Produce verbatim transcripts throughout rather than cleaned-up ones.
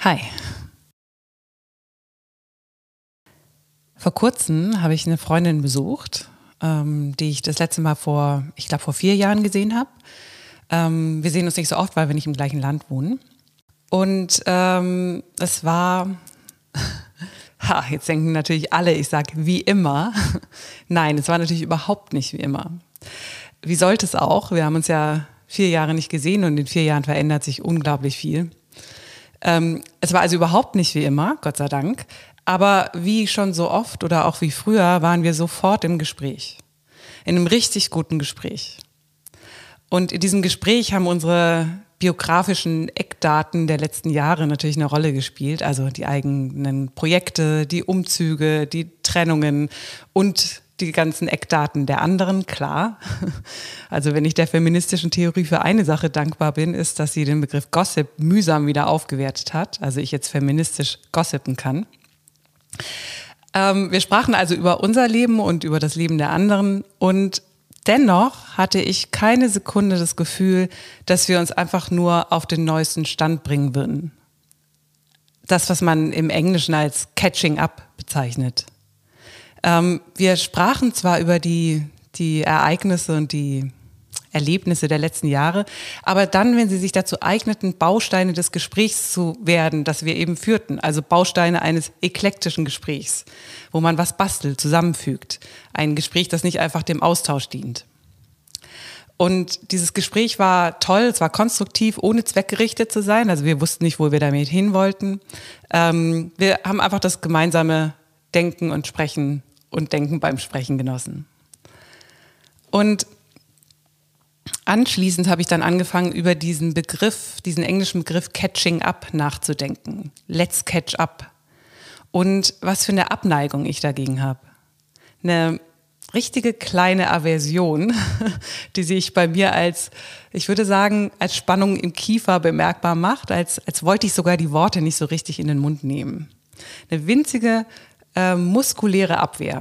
Hi. Vor kurzem habe ich eine Freundin besucht, ähm, die ich das letzte Mal vor, ich glaube vor vier Jahren gesehen habe. Ähm, wir sehen uns nicht so oft, weil wir nicht im gleichen Land wohnen. Und ähm, es war, ha, jetzt denken natürlich alle, ich sage wie immer. Nein, es war natürlich überhaupt nicht wie immer. Wie sollte es auch? Wir haben uns ja vier Jahre nicht gesehen und in vier Jahren verändert sich unglaublich viel. Ähm, es war also überhaupt nicht wie immer, Gott sei Dank. Aber wie schon so oft oder auch wie früher waren wir sofort im Gespräch. In einem richtig guten Gespräch. Und in diesem Gespräch haben unsere biografischen Eckdaten der letzten Jahre natürlich eine Rolle gespielt. Also die eigenen Projekte, die Umzüge, die Trennungen und die ganzen Eckdaten der anderen, klar. Also wenn ich der feministischen Theorie für eine Sache dankbar bin, ist, dass sie den Begriff Gossip mühsam wieder aufgewertet hat. Also ich jetzt feministisch gossipen kann. Ähm, wir sprachen also über unser Leben und über das Leben der anderen und dennoch hatte ich keine Sekunde das Gefühl, dass wir uns einfach nur auf den neuesten Stand bringen würden. Das, was man im Englischen als Catching Up bezeichnet. Ähm, wir sprachen zwar über die, die Ereignisse und die Erlebnisse der letzten Jahre, aber dann, wenn sie sich dazu eigneten, Bausteine des Gesprächs zu werden, das wir eben führten, also Bausteine eines eklektischen Gesprächs, wo man was bastelt, zusammenfügt. Ein Gespräch, das nicht einfach dem Austausch dient. Und dieses Gespräch war toll, es war konstruktiv, ohne zweckgerichtet zu sein, also wir wussten nicht, wo wir damit hin wollten. Ähm, wir haben einfach das gemeinsame Denken und Sprechen und Denken beim Sprechen genossen. Und anschließend habe ich dann angefangen, über diesen Begriff, diesen englischen Begriff Catching Up nachzudenken. Let's catch up. Und was für eine Abneigung ich dagegen habe. Eine richtige kleine Aversion, die sich bei mir als, ich würde sagen, als Spannung im Kiefer bemerkbar macht, als, als wollte ich sogar die Worte nicht so richtig in den Mund nehmen. Eine winzige, äh, muskuläre Abwehr.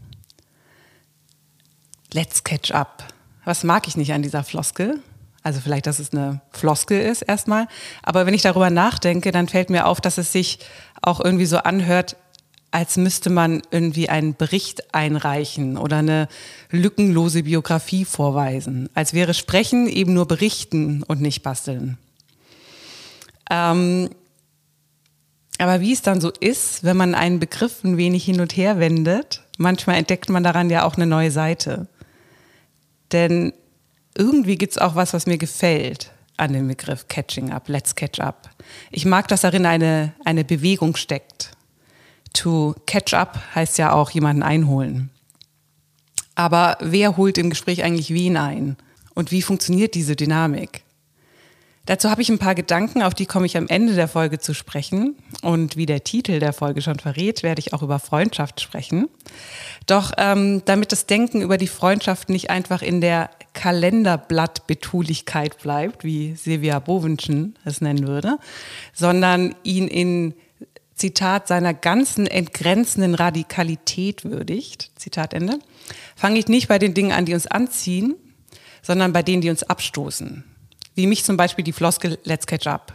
Let's catch up. Was mag ich nicht an dieser Floskel? Also vielleicht, dass es eine Floskel ist erstmal. Aber wenn ich darüber nachdenke, dann fällt mir auf, dass es sich auch irgendwie so anhört, als müsste man irgendwie einen Bericht einreichen oder eine lückenlose Biografie vorweisen. Als wäre Sprechen eben nur berichten und nicht basteln. Ähm, aber wie es dann so ist, wenn man einen Begriff ein wenig hin und her wendet, manchmal entdeckt man daran ja auch eine neue Seite. Denn irgendwie gibt es auch was, was mir gefällt an dem Begriff Catching Up, Let's Catch Up. Ich mag, dass darin eine, eine Bewegung steckt. To catch up heißt ja auch jemanden einholen. Aber wer holt im Gespräch eigentlich wen ein? Und wie funktioniert diese Dynamik? Dazu habe ich ein paar Gedanken, auf die komme ich am Ende der Folge zu sprechen. Und wie der Titel der Folge schon verrät, werde ich auch über Freundschaft sprechen. Doch ähm, damit das Denken über die Freundschaft nicht einfach in der Kalenderblattbetulichkeit bleibt, wie Silvia Bovenschen es nennen würde, sondern ihn in, Zitat, seiner ganzen entgrenzenden Radikalität würdigt, Zitat Ende, fange ich nicht bei den Dingen an, die uns anziehen, sondern bei denen, die uns abstoßen. Wie mich zum Beispiel die Floskel Let's Catch Up.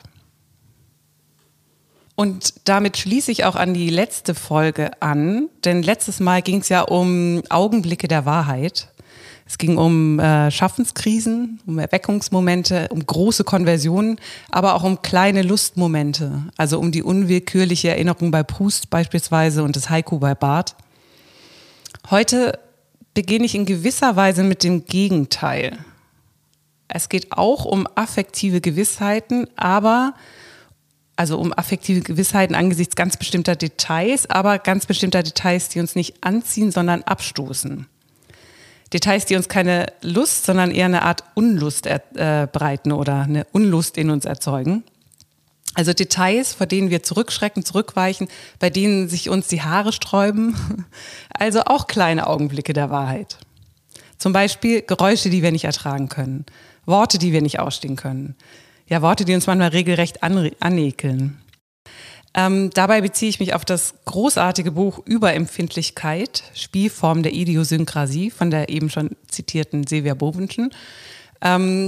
Und damit schließe ich auch an die letzte Folge an, denn letztes Mal ging es ja um Augenblicke der Wahrheit. Es ging um äh, Schaffenskrisen, um Erweckungsmomente, um große Konversionen, aber auch um kleine Lustmomente, also um die unwillkürliche Erinnerung bei Proust beispielsweise und das Haiku bei Barth. Heute beginne ich in gewisser Weise mit dem Gegenteil. Es geht auch um affektive Gewissheiten, aber, also um affektive Gewissheiten angesichts ganz bestimmter Details, aber ganz bestimmter Details, die uns nicht anziehen, sondern abstoßen. Details, die uns keine Lust, sondern eher eine Art Unlust er, äh, bereiten oder eine Unlust in uns erzeugen. Also Details, vor denen wir zurückschrecken, zurückweichen, bei denen sich uns die Haare sträuben. Also auch kleine Augenblicke der Wahrheit. Zum Beispiel Geräusche, die wir nicht ertragen können. Worte, die wir nicht ausstehen können. Ja, Worte, die uns manchmal regelrecht an, anekeln. Ähm, dabei beziehe ich mich auf das großartige Buch Überempfindlichkeit, Spielform der Idiosynkrasie von der eben schon zitierten Silvia Bovenschen. Ähm,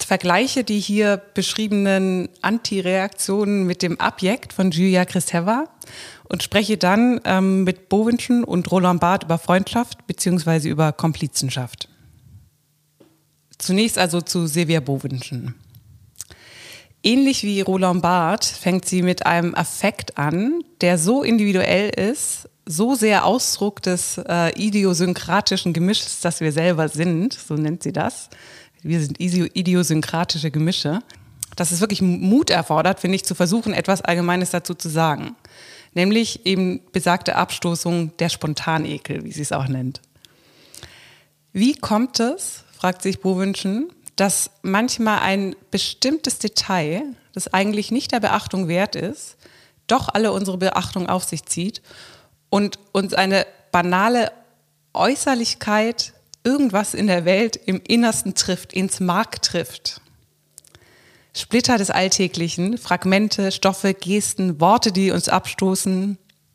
vergleiche die hier beschriebenen Antireaktionen mit dem Abjekt von Julia Kristeva und spreche dann ähm, mit Bovenschen und Roland Barthes über Freundschaft bzw. über Komplizenschaft. Zunächst also zu Silvia Bovenschen. Ähnlich wie Roland Barthes fängt sie mit einem Affekt an, der so individuell ist, so sehr Ausdruck des äh, idiosynkratischen Gemischs, das wir selber sind, so nennt sie das. Wir sind idiosynkratische Gemische. Dass es wirklich Mut erfordert, finde ich, zu versuchen, etwas Allgemeines dazu zu sagen. Nämlich eben besagte Abstoßung der Spontanekel, wie sie es auch nennt. Wie kommt es, fragt sich Bovenschen, dass manchmal ein bestimmtes Detail, das eigentlich nicht der Beachtung wert ist, doch alle unsere Beachtung auf sich zieht und uns eine banale Äußerlichkeit, irgendwas in der Welt im Innersten trifft, ins Mark trifft. Splitter des Alltäglichen, Fragmente, Stoffe, Gesten, Worte, die uns abstoßen.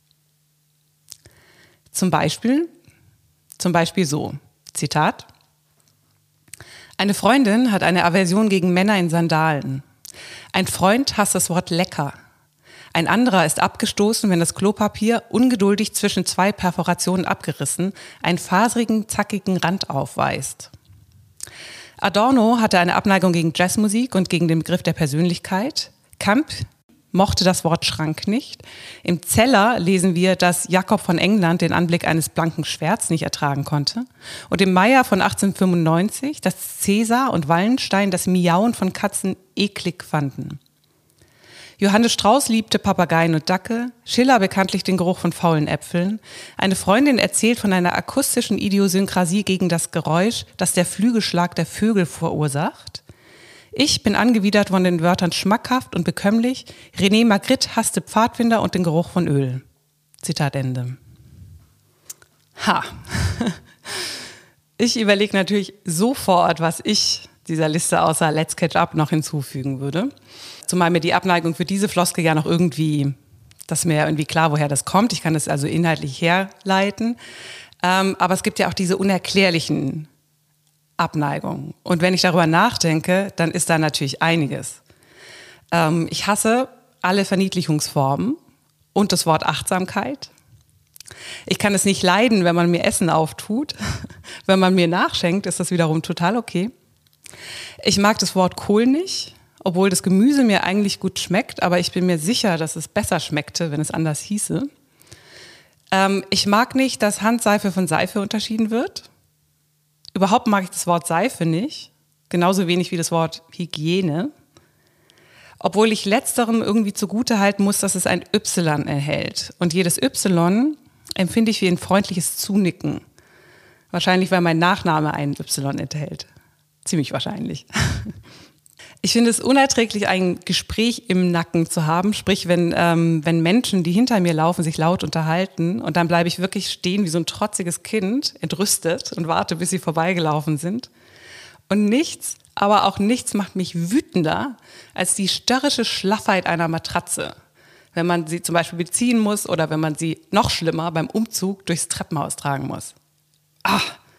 Zum Beispiel, zum Beispiel so, Zitat: Eine Freundin hat eine Aversion gegen Männer in Sandalen. Ein Freund hasst das Wort lecker. Ein anderer ist abgestoßen, wenn das Klopapier ungeduldig zwischen zwei Perforationen abgerissen einen faserigen, zackigen Rand aufweist. Adorno hatte eine Abneigung gegen Jazzmusik und gegen den Begriff der Persönlichkeit. Kamp mochte das Wort Schrank nicht. Im Zeller lesen wir, dass Jakob von England den Anblick eines blanken Schwerts nicht ertragen konnte. Und im Meier von achtzehnhundertfünfundneunzig, dass Cäsar und Wallenstein das Miauen von Katzen eklig fanden. Johannes Strauß liebte Papageien und Dackel, Schiller bekanntlich den Geruch von faulen Äpfeln. Eine Freundin erzählt von einer akustischen Idiosynkrasie gegen das Geräusch, das der Flügelschlag der Vögel verursacht. Ich bin angewidert von den Wörtern schmackhaft und bekömmlich. René Magritte hasste Pfadfinder und den Geruch von Öl. Zitat Ende. Ha! Ich überlege natürlich sofort, was ich dieser Liste außer Let's Catch Up noch hinzufügen würde. Zumal mir die Abneigung für diese Floskel ja noch irgendwie, das ist mir ja irgendwie klar, woher das kommt. Ich kann das also inhaltlich herleiten. Ähm, aber es gibt ja auch diese unerklärlichen Abneigungen. Und wenn ich darüber nachdenke, dann ist da natürlich einiges. Ähm, ich hasse alle Verniedlichungsformen und das Wort Achtsamkeit. Ich kann es nicht leiden, wenn man mir Essen auftut. Wenn man mir nachschenkt, ist das wiederum total okay. Ich mag das Wort Kohl nicht, obwohl das Gemüse mir eigentlich gut schmeckt, aber ich bin mir sicher, dass es besser schmeckte, wenn es anders hieße. Ähm, ich mag nicht, dass Handseife von Seife unterschieden wird. Überhaupt mag ich das Wort Seife nicht, genauso wenig wie das Wort Hygiene. Obwohl ich letzterem irgendwie zugute halten muss, dass es ein Y enthält. Und jedes Y empfinde ich wie ein freundliches Zunicken. Wahrscheinlich, weil mein Nachname ein Y enthält. Ziemlich wahrscheinlich. Ich finde es unerträglich, ein Gespräch im Nacken zu haben. Sprich, wenn, ähm, wenn Menschen, die hinter mir laufen, sich laut unterhalten und dann bleibe ich wirklich stehen wie so ein trotziges Kind, entrüstet und warte, bis sie vorbeigelaufen sind. Und nichts, aber auch nichts macht mich wütender als die störrische Schlaffheit einer Matratze. Wenn man sie zum Beispiel beziehen muss oder wenn man sie noch schlimmer beim Umzug durchs Treppenhaus tragen muss. Ah!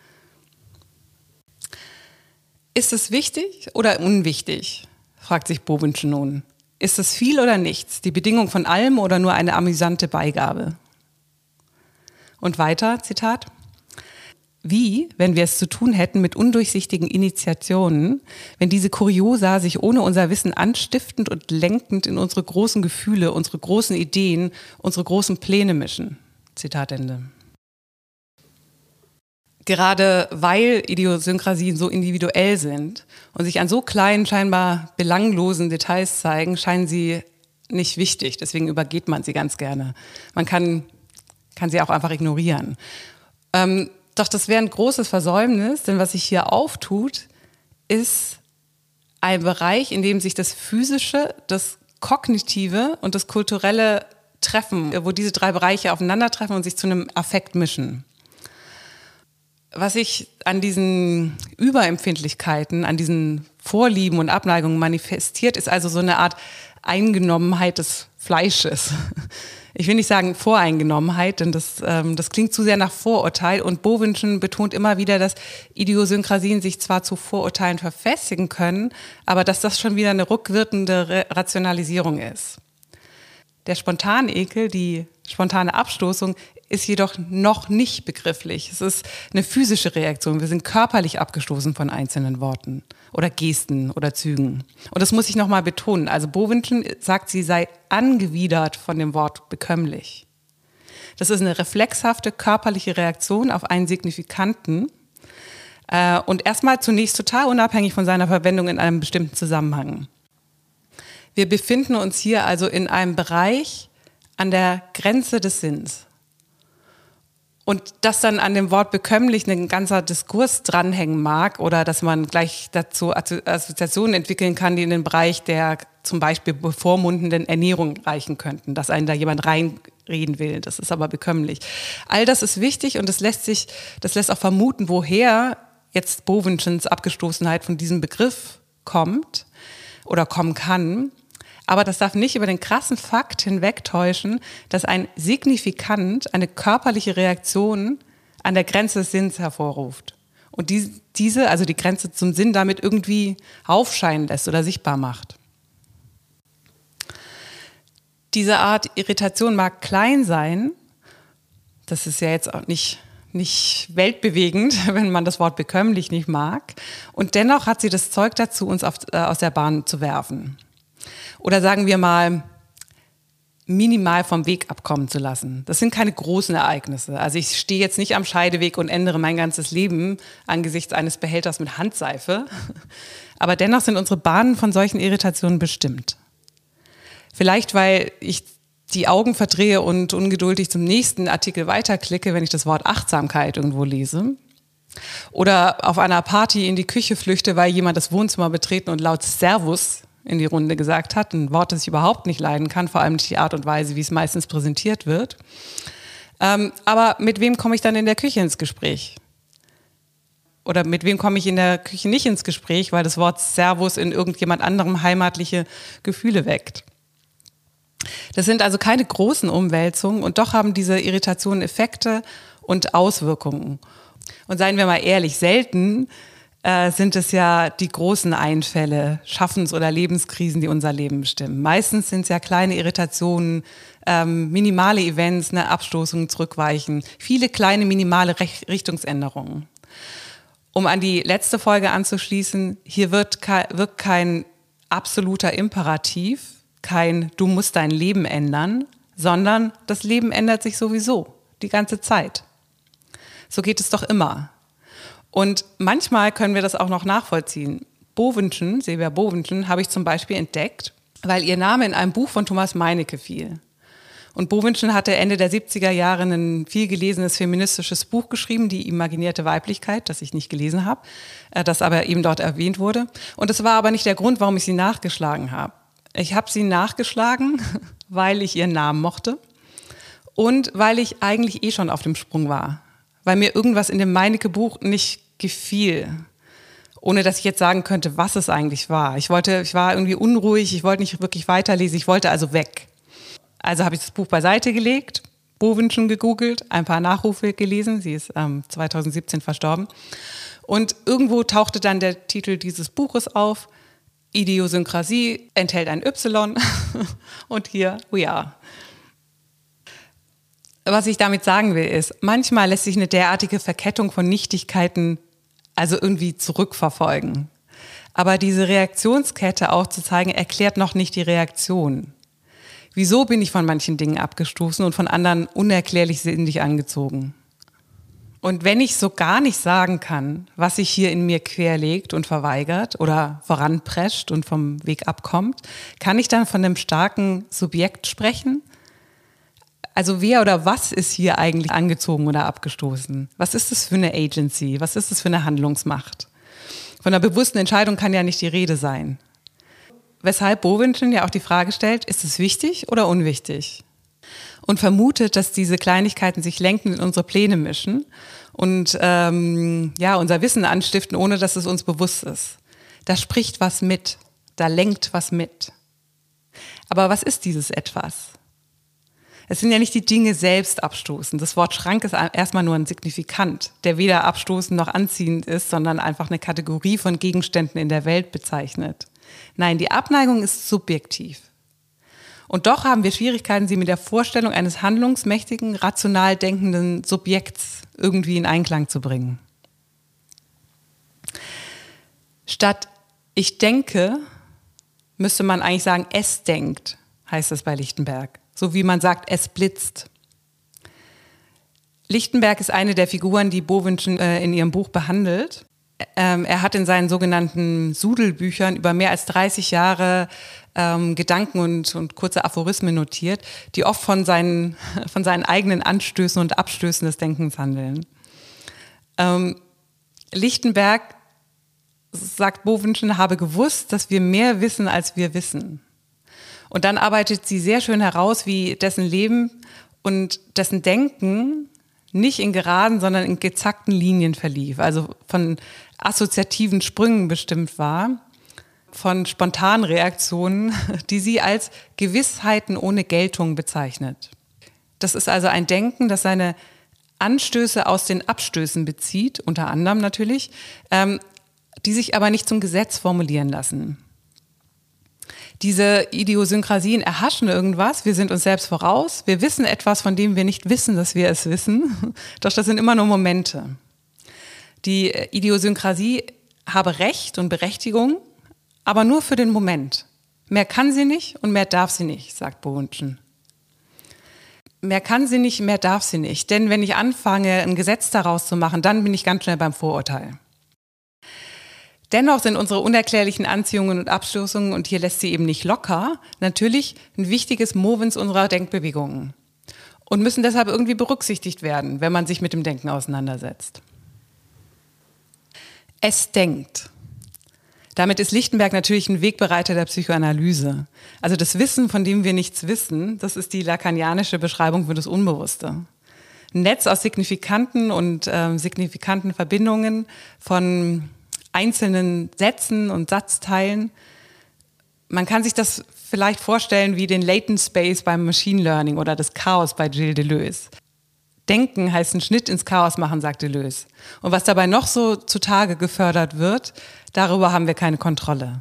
Ist es wichtig oder unwichtig? Fragt sich Bovenschen nun. Ist es viel oder nichts? Die Bedingung von allem oder nur eine amüsante Beigabe? Und weiter, Zitat: Wie, wenn wir es zu tun hätten mit undurchsichtigen Initiationen, wenn diese Kuriosa sich ohne unser Wissen anstiftend und lenkend in unsere großen Gefühle, unsere großen Ideen, unsere großen Pläne mischen? Zitat Ende. Gerade weil Idiosynkrasien so individuell sind und sich an so kleinen, scheinbar belanglosen Details zeigen, scheinen sie nicht wichtig. Deswegen übergeht man sie ganz gerne. Man kann, kann sie auch einfach ignorieren. Ähm, doch das wäre ein großes Versäumnis, denn was sich hier auftut, ist ein Bereich, in dem sich das Physische, das Kognitive und das Kulturelle treffen, wo diese drei Bereiche aufeinandertreffen und sich zu einem Affekt mischen. Was sich an diesen Überempfindlichkeiten, an diesen Vorlieben und Abneigungen manifestiert, ist also so eine Art Eingenommenheit des Fleisches. Ich will nicht sagen Voreingenommenheit, denn das, ähm, das klingt zu sehr nach Vorurteil. Und Bovenschen betont immer wieder, dass Idiosynkrasien sich zwar zu Vorurteilen verfestigen können, aber dass das schon wieder eine rückwirkende Re- Rationalisierung ist. Der Spontanekel, die spontane Abstoßung, ist jedoch noch nicht begrifflich. Es ist eine physische Reaktion. Wir sind körperlich abgestoßen von einzelnen Worten oder Gesten oder Zügen. Und das muss ich nochmal betonen. Also Bovenschen sagt, sie sei angewidert von dem Wort bekömmlich. Das ist eine reflexhafte körperliche Reaktion auf einen Signifikanten äh, und erstmal zunächst total unabhängig von seiner Verwendung in einem bestimmten Zusammenhang. Wir befinden uns hier also in einem Bereich an der Grenze des Sinns. Und dass dann an dem Wort bekömmlich ein ganzer Diskurs dranhängen mag oder dass man gleich dazu Assoziationen entwickeln kann, die in den Bereich der zum Beispiel bevormundenden Ernährung reichen könnten, dass einen da jemand reinreden will, das ist aber bekömmlich. All das ist wichtig und das lässt sich, das lässt auch vermuten, woher jetzt Bovenschens Abgestoßenheit von diesem Begriff kommt oder kommen kann. Aber das darf nicht über den krassen Fakt hinwegtäuschen, dass ein Signifikant eine körperliche Reaktion an der Grenze des Sinns hervorruft. Und die, diese, also die Grenze zum Sinn, damit irgendwie aufscheinen lässt oder sichtbar macht. Diese Art Irritation mag klein sein. Das ist ja jetzt auch nicht, nicht weltbewegend, wenn man das Wort bekömmlich nicht mag. Und dennoch hat sie das Zeug dazu, uns auf, äh, aus der Bahn zu werfen. Oder sagen wir mal, minimal vom Weg abkommen zu lassen. Das sind keine großen Ereignisse. Also ich stehe jetzt nicht am Scheideweg und ändere mein ganzes Leben angesichts eines Behälters mit Handseife. Aber dennoch sind unsere Bahnen von solchen Irritationen bestimmt. Vielleicht, weil ich die Augen verdrehe und ungeduldig zum nächsten Artikel weiterklicke, wenn ich das Wort Achtsamkeit irgendwo lese. Oder auf einer Party in die Küche flüchte, weil jemand das Wohnzimmer betreten und laut Servus in die Runde gesagt hat, ein Wort, das ich überhaupt nicht leiden kann, vor allem nicht die Art und Weise, wie es meistens präsentiert wird. Ähm, aber mit wem komme ich dann in der Küche ins Gespräch? Oder mit wem komme ich in der Küche nicht ins Gespräch, weil das Wort Servus in irgendjemand anderem heimatliche Gefühle weckt? Das sind also keine großen Umwälzungen und doch haben diese Irritationen Effekte und Auswirkungen. Und seien wir mal ehrlich, selten äh, sind es ja die großen Einfälle, Schaffens- oder Lebenskrisen, die unser Leben bestimmen. Meistens sind es ja kleine Irritationen, ähm, minimale Events, ne, Abstoßungen, Zurückweichen, viele kleine minimale Rech- Richtungsänderungen. Um an die letzte Folge anzuschließen, hier wird ke- wirkt kein absoluter Imperativ, kein du musst dein Leben ändern, sondern das Leben ändert sich sowieso, die ganze Zeit. So geht es doch immer. Und manchmal können wir das auch noch nachvollziehen. Bovenschen, Silvia Bovenschen, habe ich zum Beispiel entdeckt, weil ihr Name in einem Buch von Thomas Meinecke fiel. Und Bovenschen hatte Ende der siebziger Jahre ein viel gelesenes feministisches Buch geschrieben, Die imaginierte Weiblichkeit, das ich nicht gelesen habe, das aber eben dort erwähnt wurde. Und das war aber nicht der Grund, warum ich sie nachgeschlagen habe. Ich habe sie nachgeschlagen, weil ich ihren Namen mochte und weil ich eigentlich eh schon auf dem Sprung war. Weil mir irgendwas in dem Meinecke-Buch nicht gefiel, ohne dass ich jetzt sagen könnte, was es eigentlich war. Ich wollte, ich war irgendwie unruhig, ich wollte nicht wirklich weiterlesen, ich wollte also weg. Also habe ich das Buch beiseite gelegt, Bovenschen gegoogelt, ein paar Nachrufe gelesen, sie ist ähm, zweitausendsiebzehn verstorben. Und irgendwo tauchte dann der Titel dieses Buches auf, Idiosynkrasie enthält ein Y und hier we are. Was ich damit sagen will, ist, manchmal lässt sich eine derartige Verkettung von Nichtigkeiten also irgendwie zurückverfolgen. Aber diese Reaktionskette auch zu zeigen, erklärt noch nicht die Reaktion. Wieso bin ich von manchen Dingen abgestoßen und von anderen unerklärlich sinnlich angezogen? Und wenn ich so gar nicht sagen kann, was sich hier in mir querlegt und verweigert oder voranprescht und vom Weg abkommt, kann ich dann von einem starken Subjekt sprechen? Also wer oder was ist hier eigentlich angezogen oder abgestoßen? Was ist das für eine Agency? Was ist das für eine Handlungsmacht? Von einer bewussten Entscheidung kann ja nicht die Rede sein. Weshalb Bovenschen ja auch die Frage stellt, ist es wichtig oder unwichtig? Und vermutet, dass diese Kleinigkeiten sich lenkend in unsere Pläne mischen und ähm, ja, unser Wissen anstiften, ohne dass es uns bewusst ist. Da spricht was mit, da lenkt was mit. Aber was ist dieses Etwas? Es sind ja nicht die Dinge selbst abstoßend. Das Wort Schrank ist erstmal nur ein Signifikant, der weder abstoßend noch anziehend ist, sondern einfach eine Kategorie von Gegenständen in der Welt bezeichnet. Nein, die Abneigung ist subjektiv. Und doch haben wir Schwierigkeiten, sie mit der Vorstellung eines handlungsmächtigen, rational denkenden Subjekts irgendwie in Einklang zu bringen. Statt ich denke, müsste man eigentlich sagen, es denkt, heißt es bei Lichtenberg. So wie man sagt, es blitzt. Lichtenberg ist eine der Figuren, die Bovenschen äh, in ihrem Buch behandelt. Ähm, er hat in seinen sogenannten Sudelbüchern über mehr als dreißig Jahre ähm, Gedanken und, und kurze Aphorismen notiert, die oft von seinen, von seinen eigenen Anstößen und Abstößen des Denkens handeln. Ähm, Lichtenberg, sagt Bovenschen, habe gewusst, dass wir mehr wissen, als wir wissen. Und dann arbeitet sie sehr schön heraus, wie dessen Leben und dessen Denken nicht in geraden, sondern in gezackten Linien verlief, also von assoziativen Sprüngen bestimmt war, von spontanen Reaktionen, die sie als Gewissheiten ohne Geltung bezeichnet. Das ist also ein Denken, das seine Anstöße aus den Abstößen bezieht, unter anderem natürlich, ähm, die sich aber nicht zum Gesetz formulieren lassen. Diese Idiosynkrasien erhaschen irgendwas, wir sind uns selbst voraus, wir wissen etwas, von dem wir nicht wissen, dass wir es wissen, doch das sind immer nur Momente. Die Idiosynkrasie habe Recht und Berechtigung, aber nur für den Moment. Mehr kann sie nicht und mehr darf sie nicht, sagt Bovenschen. Mehr kann sie nicht, mehr darf sie nicht, denn wenn ich anfange, ein Gesetz daraus zu machen, dann bin ich ganz schnell beim Vorurteil. Dennoch sind unsere unerklärlichen Anziehungen und Abstoßungen, und hier lässt sie eben nicht locker, natürlich ein wichtiges Movens unserer Denkbewegungen und müssen deshalb irgendwie berücksichtigt werden, wenn man sich mit dem Denken auseinandersetzt. Es denkt. Damit ist Lichtenberg natürlich ein Wegbereiter der Psychoanalyse. Also das Wissen, von dem wir nichts wissen, das ist die lacanianische Beschreibung für das Unbewusste. Ein Netz aus signifikanten und äh, signifikanten Verbindungen von einzelnen Sätzen und Satzteilen. Man kann sich das vielleicht vorstellen wie den Latent Space beim Machine Learning oder das Chaos bei Gilles Deleuze. Denken heißt einen Schnitt ins Chaos machen, sagt Deleuze. Und was dabei noch so zutage gefördert wird, darüber haben wir keine Kontrolle.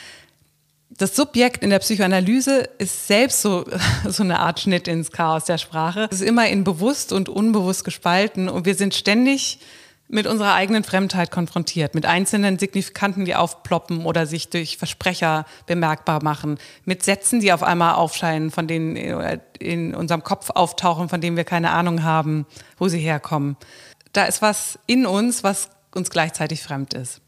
Das Subjekt in der Psychoanalyse ist selbst so, so eine Art Schnitt ins Chaos der Sprache. Es ist immer in bewusst und unbewusst gespalten und wir sind ständig mit unserer eigenen Fremdheit konfrontiert, mit einzelnen Signifikanten, die aufploppen oder sich durch Versprecher bemerkbar machen, mit Sätzen, die auf einmal aufscheinen, von denen in unserem Kopf auftauchen, von denen wir keine Ahnung haben, wo sie herkommen. Da ist was in uns, was uns gleichzeitig fremd ist.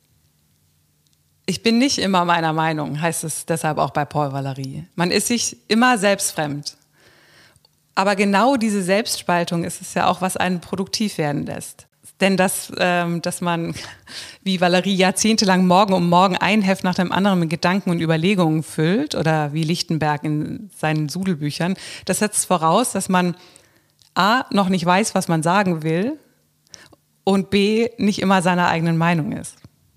Ich bin nicht immer meiner Meinung, heißt es deshalb auch bei Paul Valéry. Man ist sich immer selbstfremd. Aber genau diese Selbstspaltung ist es ja auch, was einen produktiv werden lässt. Denn dass, ähm, dass man, wie Valéry jahrzehntelang Morgen um Morgen ein Heft nach dem anderen mit Gedanken und Überlegungen füllt, oder wie Lichtenberg in seinen Sudelbüchern, das setzt voraus, dass man a. noch nicht weiß, was man sagen will und b. nicht immer seiner eigenen Meinung ist.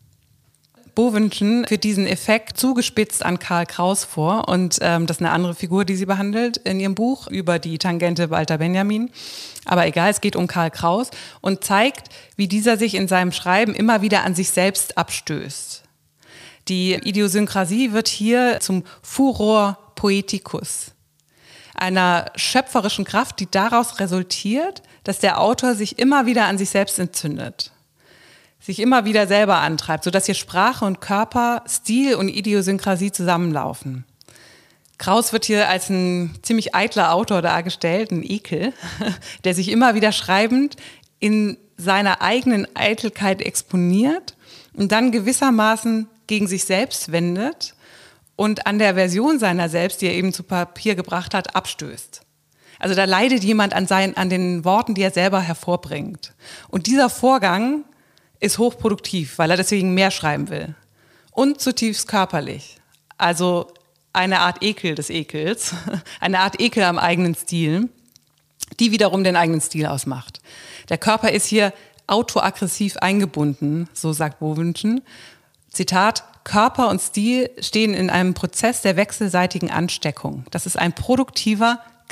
Bovenschen führt diesen Effekt zugespitzt an Karl Kraus vor und ähm, das ist eine andere Figur, die sie behandelt in ihrem Buch über die Tangente Walter Benjamin. Aber egal, es geht um Karl Kraus und zeigt, wie dieser sich in seinem Schreiben immer wieder an sich selbst abstößt. Die Idiosynkrasie wird hier zum Furor poeticus, einer schöpferischen Kraft, die daraus resultiert, dass der Autor sich immer wieder an sich selbst entzündet, sich immer wieder selber antreibt, sodass hier Sprache und Körper, Stil und Idiosynkrasie zusammenlaufen. Kraus wird hier als ein ziemlich eitler Autor dargestellt, ein Ekel, der sich immer wieder schreibend in seiner eigenen Eitelkeit exponiert und dann gewissermaßen gegen sich selbst wendet und an der Version seiner selbst, die er eben zu Papier gebracht hat, abstößt. Also da leidet jemand an, seinen, an den Worten, die er selber hervorbringt. Und dieser Vorgang ist hochproduktiv, weil er deswegen mehr schreiben will. Und zutiefst körperlich. Also eine Art Ekel des Ekels, eine Art Ekel am eigenen Stil, die wiederum den eigenen Stil ausmacht. Der Körper ist hier autoaggressiv eingebunden, so sagt Bovenschen. Zitat: Körper und Stil stehen in einem Prozess der wechselseitigen Ansteckung. Das ist ein produktiver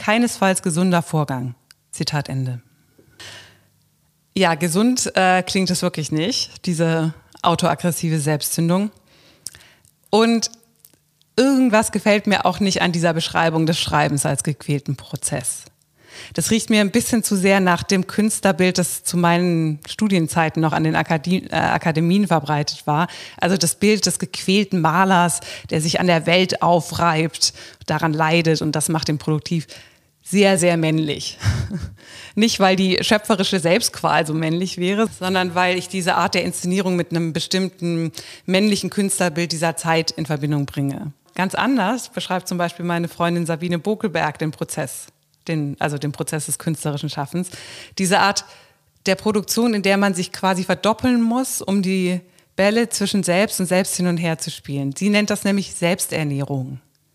keinesfalls gesunder Vorgang. Zitat Ende. Ja, gesund äh, klingt es wirklich nicht, diese autoaggressive Selbstzündung. Und irgendwas gefällt mir auch nicht an dieser Beschreibung des Schreibens als gequälten Prozess. Das riecht mir ein bisschen zu sehr nach dem Künstlerbild, das zu meinen Studienzeiten noch an den Akademien, äh, Akademien verbreitet war. Also das Bild des gequälten Malers, der sich an der Welt aufreibt, daran leidet und das macht ihn produktiv. Sehr, sehr männlich. Nicht, weil die schöpferische Selbstqual so männlich wäre, sondern weil ich diese Art der Inszenierung mit einem bestimmten männlichen Künstlerbild dieser Zeit in Verbindung bringe. Ganz anders beschreibt zum Beispiel meine Freundin Sabine Bokelberg den Prozess, den, also den Prozess des künstlerischen Schaffens. Diese Art der Produktion, in der man sich quasi verdoppeln muss, um die Bälle zwischen Selbst und Selbst hin und her zu spielen. Sie nennt das nämlich Selbsternährung.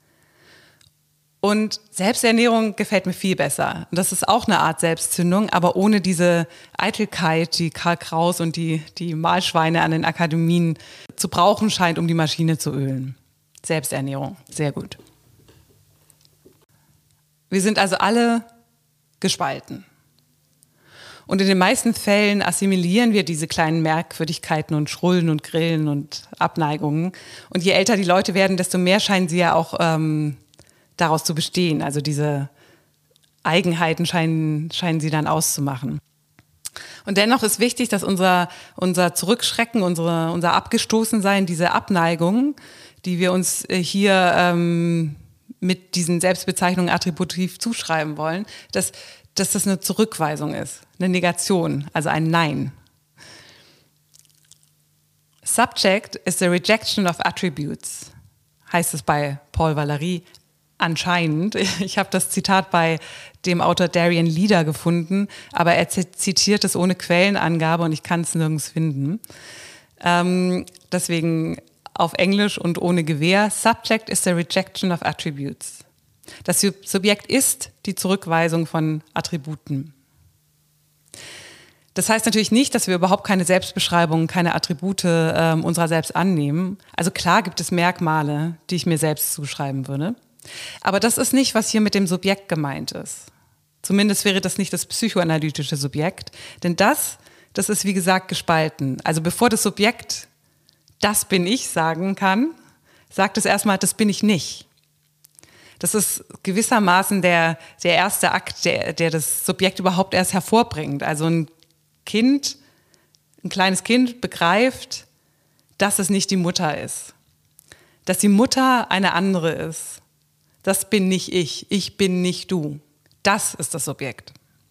Und Selbsternährung gefällt mir viel besser. Und das ist auch eine Art Selbstzündung, aber ohne diese Eitelkeit, die Karl Kraus und die, die Mahlschweine an den Akademien zu brauchen scheint, um die Maschine zu ölen. Selbsternährung, sehr gut. Wir sind also alle gespalten. Und in den meisten Fällen assimilieren wir diese kleinen Merkwürdigkeiten und Schrullen und Grillen und Abneigungen. Und je älter die Leute werden, desto mehr scheinen sie ja auch ähm, daraus zu bestehen. Also diese Eigenheiten scheinen, scheinen sie dann auszumachen. Und dennoch ist wichtig, dass unser, unser Zurückschrecken, unsere, unser Abgestoßensein, diese Abneigung, die wir uns hier ähm, mit diesen Selbstbezeichnungen attributiv zuschreiben wollen, dass, dass das eine Zurückweisung ist, eine Negation, also ein Nein. Subject is the rejection of attributes, heißt es bei Paul Valéry. Anscheinend. Ich habe das Zitat bei dem Autor Darian Leader gefunden, aber er zitiert es ohne Quellenangabe und ich kann es nirgends finden. Ähm, deswegen auf Englisch und ohne Gewähr. Subject is the rejection of attributes. Das Subjekt ist die Zurückweisung von Attributen. Das heißt natürlich nicht, dass wir überhaupt keine Selbstbeschreibungen, keine Attribute äh, unserer selbst annehmen. Also klar gibt es Merkmale, die ich mir selbst zuschreiben würde. Aber das ist nicht, was hier mit dem Subjekt gemeint ist. Zumindest wäre das nicht das psychoanalytische Subjekt. Denn das, das ist wie gesagt gespalten. Also bevor das Subjekt das bin ich sagen kann, sagt es erstmal, das bin ich nicht. Das ist gewissermaßen der, der erste Akt, der, der das Subjekt überhaupt erst hervorbringt. Also ein Kind, ein kleines Kind begreift, dass es nicht die Mutter ist. Dass die Mutter eine andere ist. Das bin nicht ich, ich bin nicht du. Das ist das Subjekt.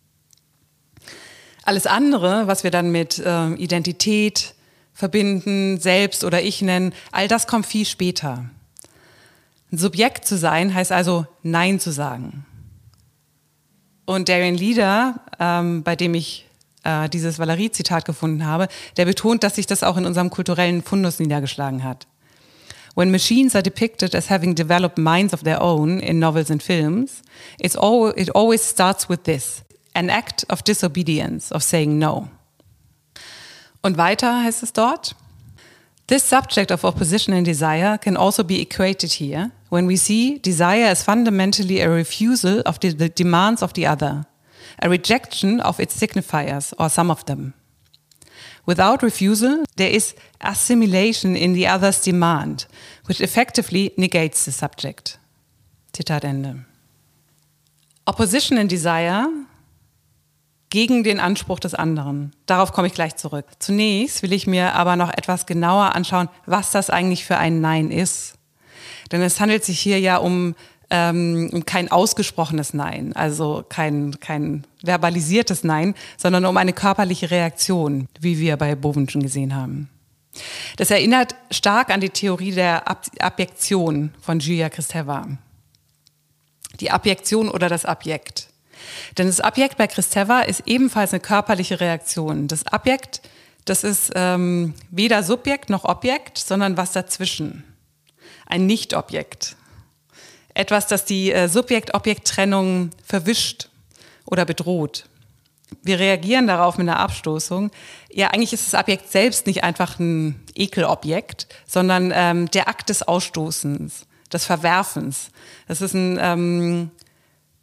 Alles andere, was wir dann mit äh, Identität verbinden, selbst oder ich nennen, all das kommt viel später. Ein Subjekt zu sein, heißt also Nein zu sagen. Und Darian Leader, ähm, bei dem ich äh, dieses Valéry-Zitat gefunden habe, der betont, dass sich das auch in unserem kulturellen Fundus niedergeschlagen hat. When machines are depicted as having developed minds of their own in novels and films, it's all, it always starts with this, an act of disobedience, of saying no. Und weiter heißt es dort, this subject of opposition and desire can also be equated here when we see desire as fundamentally a refusal of the, the demands of the other, a rejection of its signifiers or some of them. Without refusal, there is assimilation in the other's demand, which effectively negates the subject. Zitat Ende. Opposition and desire gegen den Anspruch des anderen. Darauf komme ich gleich zurück. Zunächst will ich mir aber noch etwas genauer anschauen, was das eigentlich für ein Nein ist. Denn es handelt sich hier ja um ähm, kein ausgesprochenes Nein, also kein, kein verbalisiertes Nein, sondern um eine körperliche Reaktion, wie wir bei Boven schon gesehen haben. Das erinnert stark an die Theorie der Ab- Abjektion von Julia Kristeva. Die Abjektion oder das Abjekt. Denn das Abjekt bei Kristeva ist ebenfalls eine körperliche Reaktion. Das Abjekt, das ist ähm, weder Subjekt noch Objekt, sondern was dazwischen. Ein Nicht-Objekt. Etwas, das die äh, Subjekt-Objekt-Trennung verwischt oder bedroht. Wir reagieren darauf mit einer Abstoßung. Ja, eigentlich ist das Objekt selbst nicht einfach ein Ekelobjekt, sondern ähm, der Akt des Ausstoßens, des Verwerfens. Das ist ein, ähm,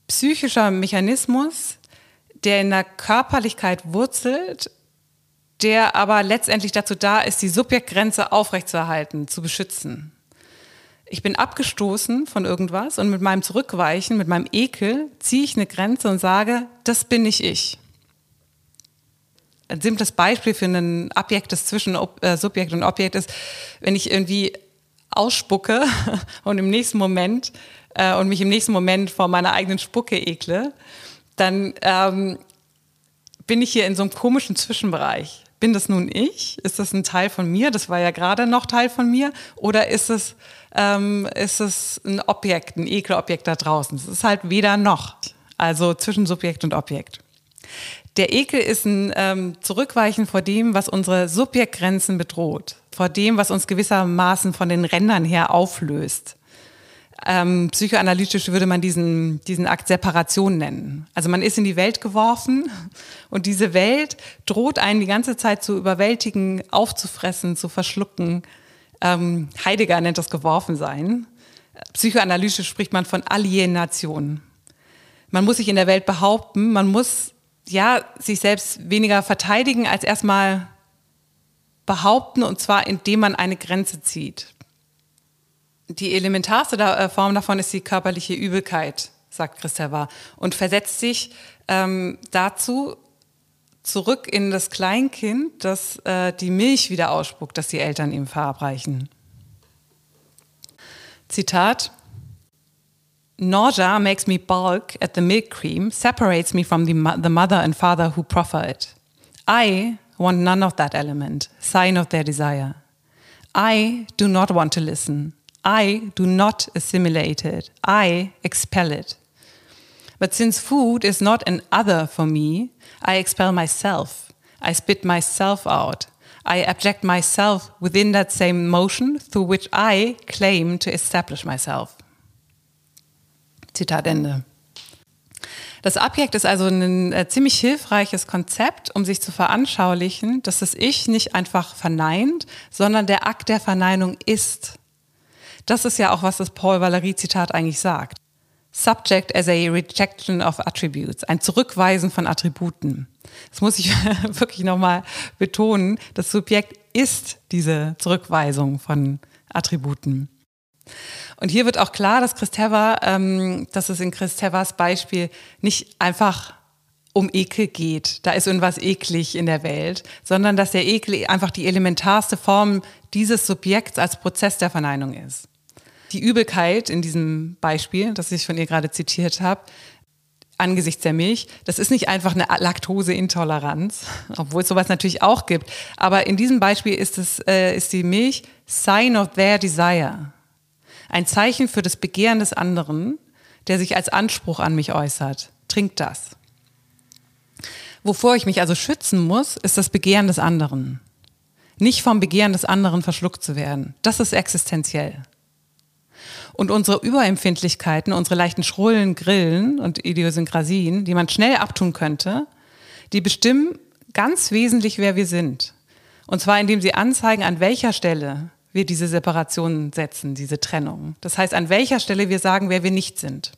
psychischer Mechanismus, der in der Körperlichkeit wurzelt, der aber letztendlich dazu da ist, die Subjektgrenze aufrechtzuerhalten, zu beschützen. Ich bin abgestoßen von irgendwas und mit meinem Zurückweichen, mit meinem Ekel ziehe ich eine Grenze und sage, das bin nicht ich. Ein simples Beispiel für ein Objekt, das zwischen äh, Subjekt und Objekt ist, wenn ich irgendwie ausspucke und im nächsten Moment äh, und mich im nächsten Moment vor meiner eigenen Spucke ekle, dann ähm, bin ich hier in so einem komischen Zwischenbereich. Bin das nun ich? Ist das ein Teil von mir? Das war ja gerade noch Teil von mir. Oder ist es, ähm, ist es ein Objekt, ein Ekelobjekt da draußen? Es ist halt weder noch. Also zwischen Subjekt und Objekt. Der Ekel ist ein ähm, Zurückweichen vor dem, was unsere Subjektgrenzen bedroht. Vor dem, was uns gewissermaßen von den Rändern her auflöst. Ähm, psychoanalytisch würde man diesen, diesen Akt Separation nennen. Also man ist in die Welt geworfen und diese Welt droht einen die ganze Zeit zu überwältigen, aufzufressen, zu verschlucken. Ähm, Heidegger nennt das Geworfensein. Psychoanalytisch spricht man von Alienation. Man muss sich in der Welt behaupten, man muss ja sich selbst weniger verteidigen, als erstmal behaupten, und zwar indem man eine Grenze zieht. Die elementarste Form davon ist die körperliche Übelkeit, sagt Kristeva, und versetzt sich ähm, dazu zurück in das Kleinkind, das äh, die Milch wieder ausspuckt, das die Eltern ihm verabreichen. Zitat: Nausea makes me balk at the milk cream, separates me from the, mo- the mother and father who proffer it. I want none of that element, sign of their desire. I do not want to listen. I do not assimilate it. I expel it. But since food is not an other for me, I expel myself. I spit myself out. I abject myself within that same motion through which I claim to establish myself. Zitat Ende. Das Objekt ist also ein äh, ziemlich hilfreiches Konzept, um sich zu veranschaulichen, dass das Ich nicht einfach verneint, sondern der Akt der Verneinung ist. Das ist ja auch, was das Paul Valéry-Zitat eigentlich sagt. Subject as a rejection of attributes, ein Zurückweisen von Attributen. Das muss ich wirklich nochmal betonen. Das Subjekt ist diese Zurückweisung von Attributen. Und hier wird auch klar, dass Kristeva, ähm, dass es in Kristevas Beispiel nicht einfach um Ekel geht. Da ist irgendwas eklig in der Welt, sondern dass der Ekel einfach die elementarste Form dieses Subjekts als Prozess der Verneinung ist. Die Übelkeit in diesem Beispiel, das ich von ihr gerade zitiert habe, angesichts der Milch, das ist nicht einfach eine Laktoseintoleranz, obwohl es sowas natürlich auch gibt. Aber in diesem Beispiel ist, es, äh, ist die Milch sign of their desire. Ein Zeichen für das Begehren des anderen, der sich als Anspruch an mich äußert. Trinkt das. Wovor ich mich also schützen muss, ist das Begehren des anderen. Nicht vom Begehren des anderen verschluckt zu werden. Das ist existenziell. Und unsere Überempfindlichkeiten, unsere leichten Schrullen, Grillen und Idiosynkrasien, die man schnell abtun könnte, die bestimmen ganz wesentlich, wer wir sind. Und zwar indem sie anzeigen, an welcher Stelle wir diese Separation setzen, diese Trennung. Das heißt, an welcher Stelle wir sagen, wer wir nicht sind.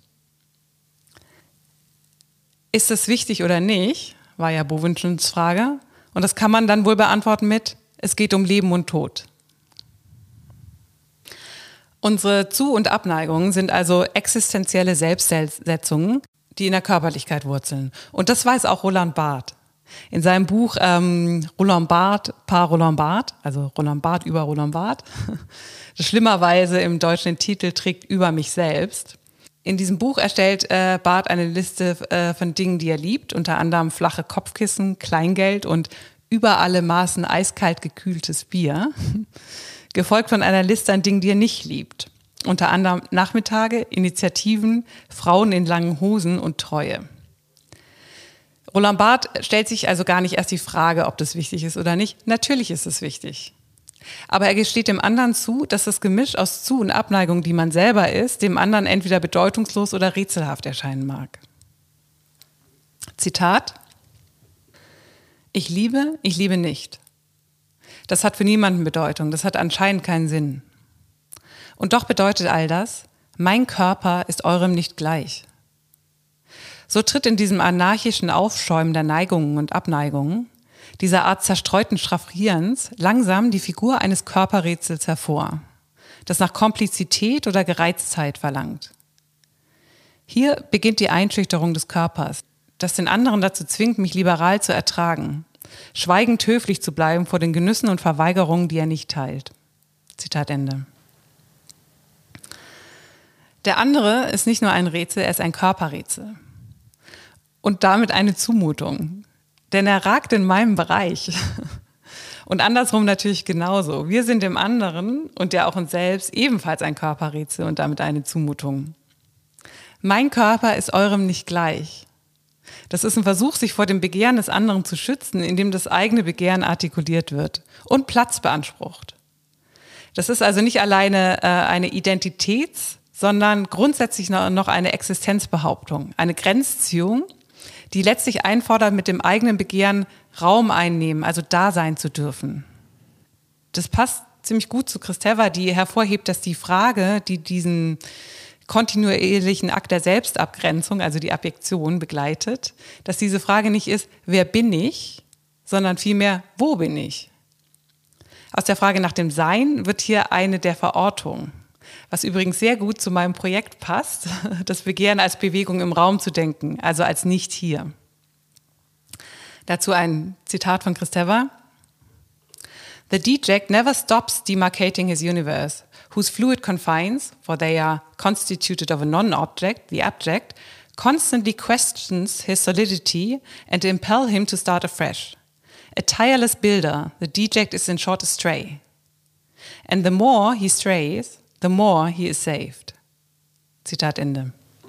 Ist das wichtig oder nicht, war ja Bovenschens Frage. Und das kann man dann wohl beantworten mit, es geht um Leben und Tod. Unsere Zu- und Abneigungen sind also existenzielle Selbstsetzungen, die in der Körperlichkeit wurzeln. Und das weiß auch Roland Barthes. In seinem Buch ähm, Roland Barthes, par Roland Barthes, also Roland Barthes über Roland Barthes, das schlimmerweise im Deutschen den Titel trägt Über mich selbst. In diesem Buch erstellt äh, Barthes eine Liste äh, von Dingen, die er liebt, unter anderem flache Kopfkissen, Kleingeld und über alle Maßen eiskalt gekühltes Bier. Gefolgt von einer Liste an Dingen, die er nicht liebt. Unter anderem Nachmittage, Initiativen, Frauen in langen Hosen und Treue. Roland Barthes stellt sich also gar nicht erst die Frage, ob das wichtig ist oder nicht. Natürlich ist es wichtig. Aber er gesteht dem anderen zu, dass das Gemisch aus Zu- und Abneigung, die man selber ist, dem anderen entweder bedeutungslos oder rätselhaft erscheinen mag. Zitat: Ich liebe, ich liebe nicht. Das hat für niemanden Bedeutung, das hat anscheinend keinen Sinn. Und doch bedeutet all das, mein Körper ist eurem nicht gleich. So tritt in diesem anarchischen Aufschäumen der Neigungen und Abneigungen, dieser Art zerstreuten Schraffierens, langsam die Figur eines Körperrätsels hervor, das nach Komplizität oder Gereiztheit verlangt. Hier beginnt die Einschüchterung des Körpers, das den anderen dazu zwingt, mich liberal zu ertragen, schweigend höflich zu bleiben vor den Genüssen und Verweigerungen, die er nicht teilt. Zitat Ende. Der andere ist nicht nur ein Rätsel, er ist ein Körperrätsel. Und damit eine Zumutung. Denn er ragt in meinem Bereich. Und andersrum natürlich genauso. Wir sind dem anderen und der auch uns selbst ebenfalls ein Körperrätsel und damit eine Zumutung. Mein Körper ist eurem nicht gleich. Das ist ein Versuch, sich vor dem Begehren des anderen zu schützen, indem das eigene Begehren artikuliert wird und Platz beansprucht. Das ist also nicht alleine äh, eine Identitäts-, sondern grundsätzlich noch eine Existenzbehauptung, eine Grenzziehung, die letztlich einfordert, mit dem eigenen Begehren Raum einnehmen, also da sein zu dürfen. Das passt ziemlich gut zu Kristeva, die hervorhebt, dass die Frage, die diesen kontinuierlichen Akt der Selbstabgrenzung, also die Abjektion, begleitet, dass diese Frage nicht ist, wer bin ich, sondern vielmehr, wo bin ich? Aus der Frage nach dem Sein wird hier eine der Verortung. Was übrigens sehr gut zu meinem Projekt passt, das Begehren als Bewegung im Raum zu denken, also als nicht hier. Dazu ein Zitat von Kristeva. The deject never stops demarcating his universe, whose fluid confines, for they are constituted of a non-object, the abject, constantly questions his solidity and impel him to start afresh. A tireless builder, the deject is in short a stray. And the more he strays, the more he is saved. Zitat Ende.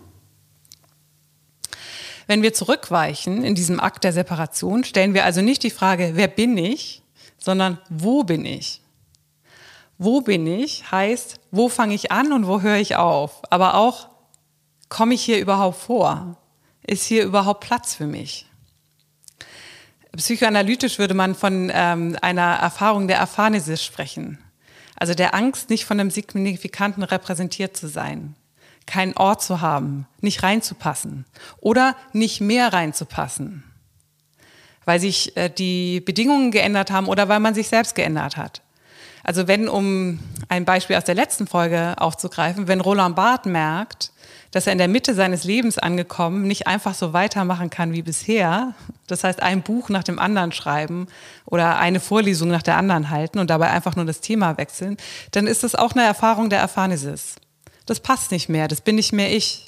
Wenn wir zurückweichen in diesem Akt der Separation, stellen wir also nicht die Frage, wer bin ich, sondern wo bin ich? Wo bin ich heißt, wo fange ich an und wo höre ich auf? Aber auch, komme ich hier überhaupt vor? Ist hier überhaupt Platz für mich? Psychoanalytisch würde man von ähm, einer Erfahrung der Aphanesis sprechen. Also der Angst, nicht von einem Signifikanten repräsentiert zu sein, keinen Ort zu haben, nicht reinzupassen oder nicht mehr reinzupassen, weil sich äh, die Bedingungen geändert haben oder weil man sich selbst geändert hat. Also wenn, um ein Beispiel aus der letzten Folge aufzugreifen, wenn Roland Barthes merkt, dass er in der Mitte seines Lebens angekommen nicht einfach so weitermachen kann wie bisher, das heißt ein Buch nach dem anderen schreiben oder eine Vorlesung nach der anderen halten und dabei einfach nur das Thema wechseln, dann ist das auch eine Erfahrung der Aphanesis. Das passt nicht mehr, das bin nicht mehr ich.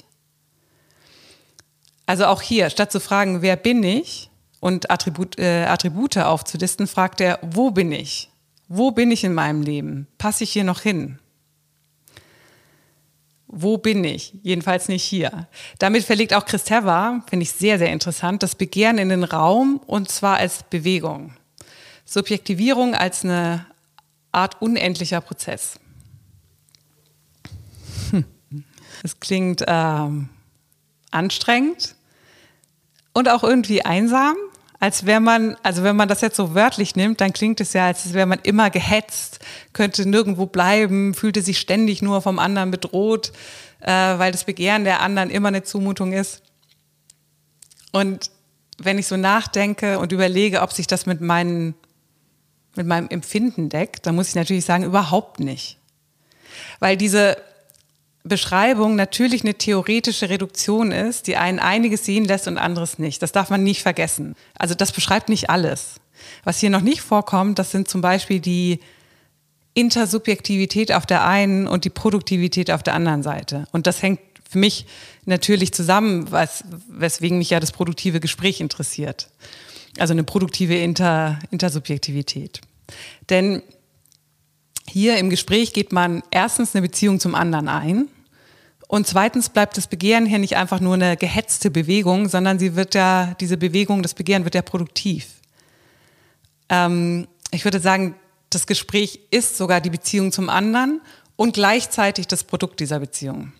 Also auch hier, statt zu fragen, wer bin ich und Attribut, äh, Attribute aufzulisten, fragt er, wo bin ich? Wo bin ich in meinem Leben? Passe ich hier noch hin? Wo bin ich? Jedenfalls nicht hier. Damit verlegt auch Kristeva, finde ich sehr, sehr interessant, das Begehren in den Raum und zwar als Bewegung. Subjektivierung als eine Art unendlicher Prozess. Es klingt ähm, anstrengend und auch irgendwie einsam, als wäre man, also wenn man das jetzt so wörtlich nimmt, dann klingt es ja, als wäre man immer gehetzt, könnte nirgendwo bleiben, fühlte sich ständig nur vom anderen bedroht, äh, weil das Begehren der anderen immer eine Zumutung ist. Und wenn ich so nachdenke und überlege, ob sich das mit, meinen, mit meinem Empfinden deckt, dann muss ich natürlich sagen, überhaupt nicht. Weil diese Beschreibung natürlich eine theoretische Reduktion ist, die einen einiges sehen lässt und anderes nicht. Das darf man nicht vergessen. Also das beschreibt nicht alles. Was hier noch nicht vorkommt, das sind zum Beispiel die Intersubjektivität auf der einen und die Produktivität auf der anderen Seite. Und das hängt für mich natürlich zusammen, was, weswegen mich ja das produktive Gespräch interessiert. Also eine produktive Inter, Intersubjektivität. Denn hier im Gespräch geht man erstens eine Beziehung zum anderen ein und zweitens bleibt das Begehren hier nicht einfach nur eine gehetzte Bewegung, sondern sie wird ja, diese Bewegung, das Begehren wird ja produktiv. Ähm, ich würde sagen, das Gespräch ist sogar die Beziehung zum anderen und gleichzeitig das Produkt dieser Beziehung.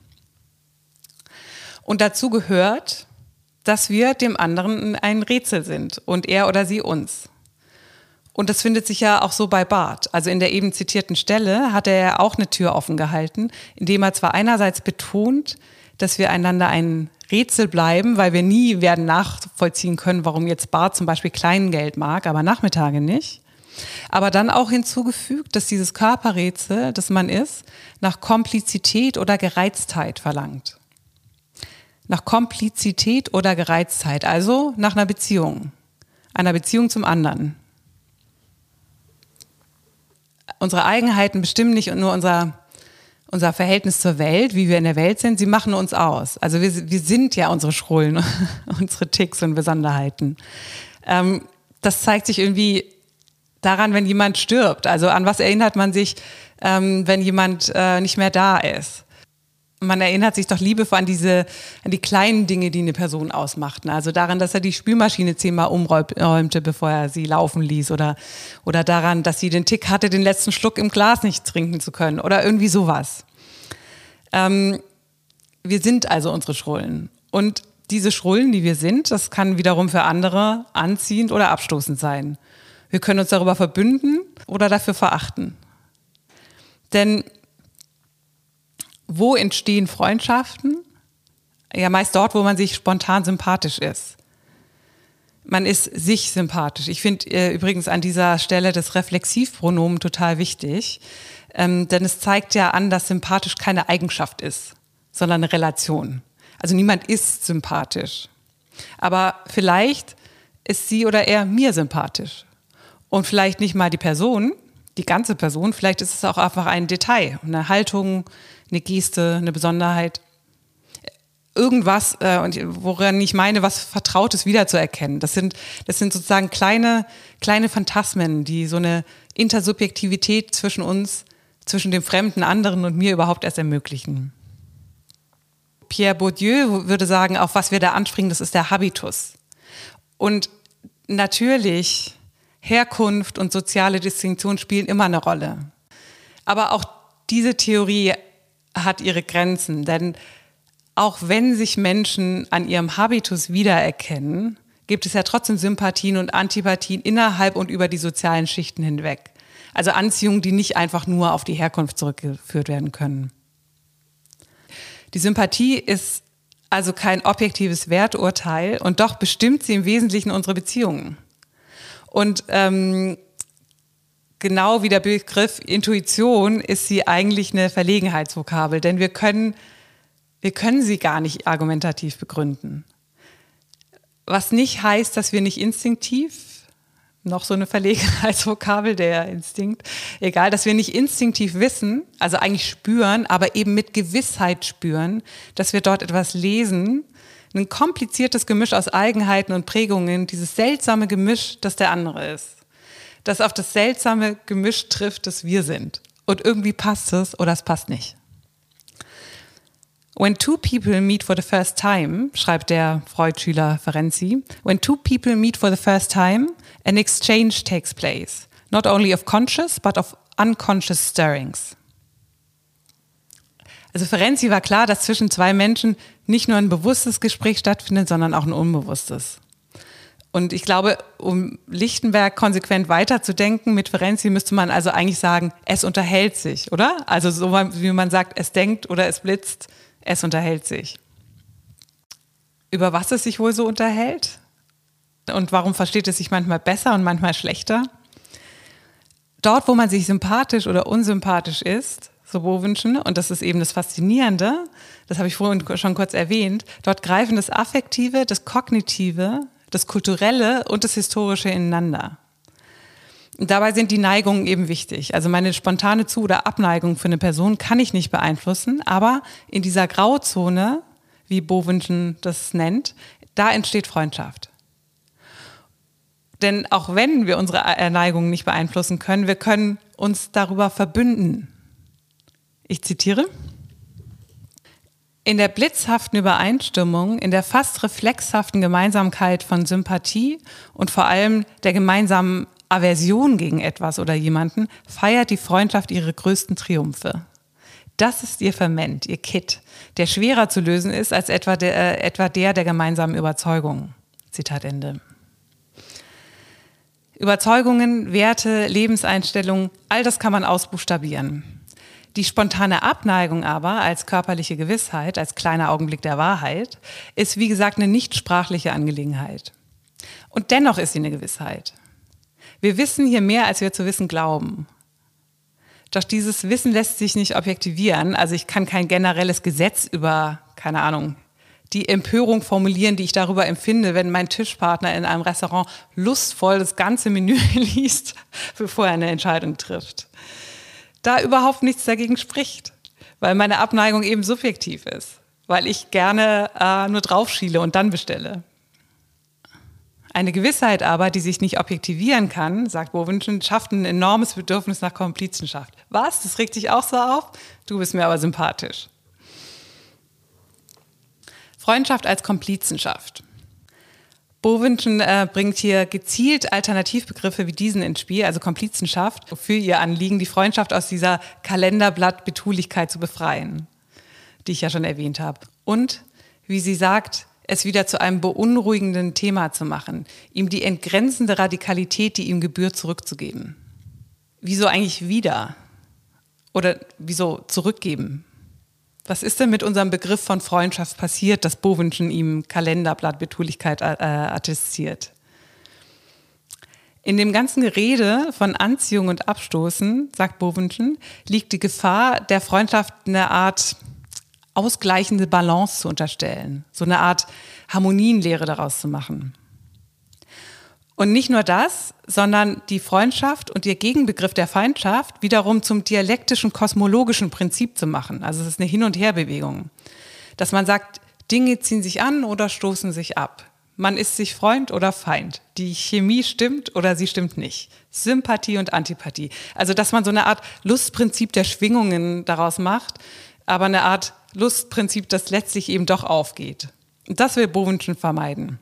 Und dazu gehört, dass wir dem anderen ein Rätsel sind und er oder sie uns. Und das findet sich ja auch so bei Barthes. Also in der eben zitierten Stelle hat er ja auch eine Tür offen gehalten, indem er zwar einerseits betont, dass wir einander ein Rätsel bleiben, weil wir nie werden nachvollziehen können, warum jetzt Bart zum Beispiel Kleingeld mag, aber Nachmittage nicht. Aber dann auch hinzugefügt, dass dieses Körperrätsel, das man ist, nach Komplizität oder Gereiztheit verlangt. Nach Komplizität oder Gereiztheit, also nach einer Beziehung, einer Beziehung zum anderen. Unsere Eigenheiten bestimmen nicht nur unser, unser Verhältnis zur Welt, wie wir in der Welt sind, sie machen uns aus. Also wir, wir sind ja unsere Schrullen, unsere Ticks und Besonderheiten. Ähm, das zeigt sich irgendwie daran, wenn jemand stirbt. Also an was erinnert man sich, ähm, wenn jemand äh, nicht mehr da ist? Man erinnert sich doch liebevoll an diese, an die kleinen Dinge, die eine Person ausmachten. Also daran, dass er die Spülmaschine zehnmal umräumte, bevor er sie laufen ließ. Oder, oder daran, dass sie den Tick hatte, den letzten Schluck im Glas nicht trinken zu können. Oder irgendwie sowas. Ähm, wir sind also unsere Schrullen. Und diese Schrullen, die wir sind, das kann wiederum für andere anziehend oder abstoßend sein. Wir können uns darüber verbünden oder dafür verachten. Denn wo entstehen Freundschaften? Ja, meist dort, wo man sich spontan sympathisch ist. Man ist sich sympathisch. Ich finde äh, übrigens an dieser Stelle das Reflexivpronomen total wichtig, ähm, denn es zeigt ja an, dass sympathisch keine Eigenschaft ist, sondern eine Relation. Also niemand ist sympathisch. Aber vielleicht ist sie oder er mir sympathisch. Und vielleicht nicht mal die Person, die ganze Person, vielleicht ist es auch einfach ein Detail, eine Haltung, eine Geste, eine Besonderheit. Irgendwas, äh, und woran ich meine, was Vertrautes wiederzuerkennen. Das sind, das sind sozusagen kleine, kleine Phantasmen, die so eine Intersubjektivität zwischen uns, zwischen dem fremden anderen und mir überhaupt erst ermöglichen. Pierre Bourdieu würde sagen, auf was wir da anspringen, das ist der Habitus. Und natürlich, Herkunft und soziale Distinktion spielen immer eine Rolle. Aber auch diese Theorie hat ihre Grenzen, denn auch wenn sich Menschen an ihrem Habitus wiedererkennen, gibt es ja trotzdem Sympathien und Antipathien innerhalb und über die sozialen Schichten hinweg. Also Anziehungen, die nicht einfach nur auf die Herkunft zurückgeführt werden können. Die Sympathie ist also kein objektives Werturteil und doch bestimmt sie im Wesentlichen unsere Beziehungen. Und ähm, genau wie der Begriff Intuition ist sie eigentlich eine Verlegenheitsvokabel, denn wir können, wir können sie gar nicht argumentativ begründen. Was nicht heißt, dass wir nicht instinktiv, noch so eine Verlegenheitsvokabel, der Instinkt, egal, dass wir nicht instinktiv wissen, also eigentlich spüren, aber eben mit Gewissheit spüren, dass wir dort etwas lesen, ein kompliziertes Gemisch aus Eigenheiten und Prägungen, dieses seltsame Gemisch, das der andere ist. Das auf das seltsame Gemisch trifft, das wir sind. Und irgendwie passt es oder es passt nicht. When two people meet for the first time, schreibt der Freud-Schüler Ferenczi, when two people meet for the first time, an exchange takes place, not only of conscious, but of unconscious stirrings. Also Ferenczi war klar, dass zwischen zwei Menschen nicht nur ein bewusstes Gespräch stattfindet, sondern auch ein unbewusstes. Und ich glaube, um Lichtenberg konsequent weiterzudenken, mit Ferenczi müsste man also eigentlich sagen, es unterhält sich, oder? Also so wie man sagt, es denkt oder es blitzt, es unterhält sich. Über was es sich wohl so unterhält? Und warum versteht es sich manchmal besser und manchmal schlechter? Dort, wo man sich sympathisch oder unsympathisch ist, so Bovenschen, und das ist eben das Faszinierende, das habe ich vorhin schon kurz erwähnt, dort greifen das Affektive, das Kognitive, das Kulturelle und das Historische ineinander. Und dabei sind die Neigungen eben wichtig. Also meine spontane Zu- oder Abneigung für eine Person kann ich nicht beeinflussen, aber in dieser Grauzone, wie Bovenschen das nennt, da entsteht Freundschaft. Denn auch wenn wir unsere Neigungen nicht beeinflussen können, wir können uns darüber verbünden. Ich zitiere: In der blitzhaften Übereinstimmung, in der fast reflexhaften Gemeinsamkeit von Sympathie und vor allem der gemeinsamen Aversion gegen etwas oder jemanden feiert die Freundschaft ihre größten Triumphe. Das ist ihr Ferment, ihr Kitt, der schwerer zu lösen ist als etwa der, äh, etwa der der gemeinsamen Überzeugung. Zitat Ende. Überzeugungen, Werte, Lebenseinstellungen, all das kann man ausbuchstabieren. Die spontane Abneigung aber als körperliche Gewissheit, als kleiner Augenblick der Wahrheit, ist wie gesagt eine nicht sprachliche Angelegenheit. Und dennoch ist sie eine Gewissheit. Wir wissen hier mehr, als wir zu wissen glauben. Doch dieses Wissen lässt sich nicht objektivieren. Also ich kann kein generelles Gesetz über, keine Ahnung, die Empörung formulieren, die ich darüber empfinde, wenn mein Tischpartner in einem Restaurant lustvoll das ganze Menü liest, bevor er eine Entscheidung trifft. Da überhaupt nichts dagegen spricht, weil meine Abneigung eben subjektiv ist, weil ich gerne äh, nur draufschiele und dann bestelle. Eine Gewissheit aber, die sich nicht objektivieren kann, sagt Bovenschen, schafft ein enormes Bedürfnis nach Komplizenschaft. Was? Das regt dich auch so auf? Du bist mir aber sympathisch. Freundschaft als Komplizenschaft. Bovenschen äh, bringt hier gezielt Alternativbegriffe wie diesen ins Spiel, also Komplizenschaft, für ihr Anliegen, die Freundschaft aus dieser Kalenderblatt-Betulichkeit zu befreien, die ich ja schon erwähnt habe. Und, wie sie sagt, es wieder zu einem beunruhigenden Thema zu machen, ihm die entgrenzende Radikalität, die ihm gebührt, zurückzugeben. Wieso eigentlich wieder? Oder wieso zurückgeben? Was ist denn mit unserem Begriff von Freundschaft passiert, dass Bovenschen ihm Kalenderblatt-Betulichkeit äh, attestiert? In dem ganzen Gerede von Anziehung und Abstoßen, sagt Bovenschen, liegt die Gefahr, der Freundschaft eine Art ausgleichende Balance zu unterstellen, so eine Art Harmonienlehre daraus zu machen. Und nicht nur das, sondern die Freundschaft und ihr Gegenbegriff der Feindschaft wiederum zum dialektischen, kosmologischen Prinzip zu machen. Also es ist eine Hin- und Herbewegung. Dass man sagt, Dinge ziehen sich an oder stoßen sich ab. Man ist sich Freund oder Feind. Die Chemie stimmt oder sie stimmt nicht. Sympathie und Antipathie. Also dass man so eine Art Lustprinzip der Schwingungen daraus macht, aber eine Art Lustprinzip, das letztlich eben doch aufgeht. Und das will Bovenschen vermeiden.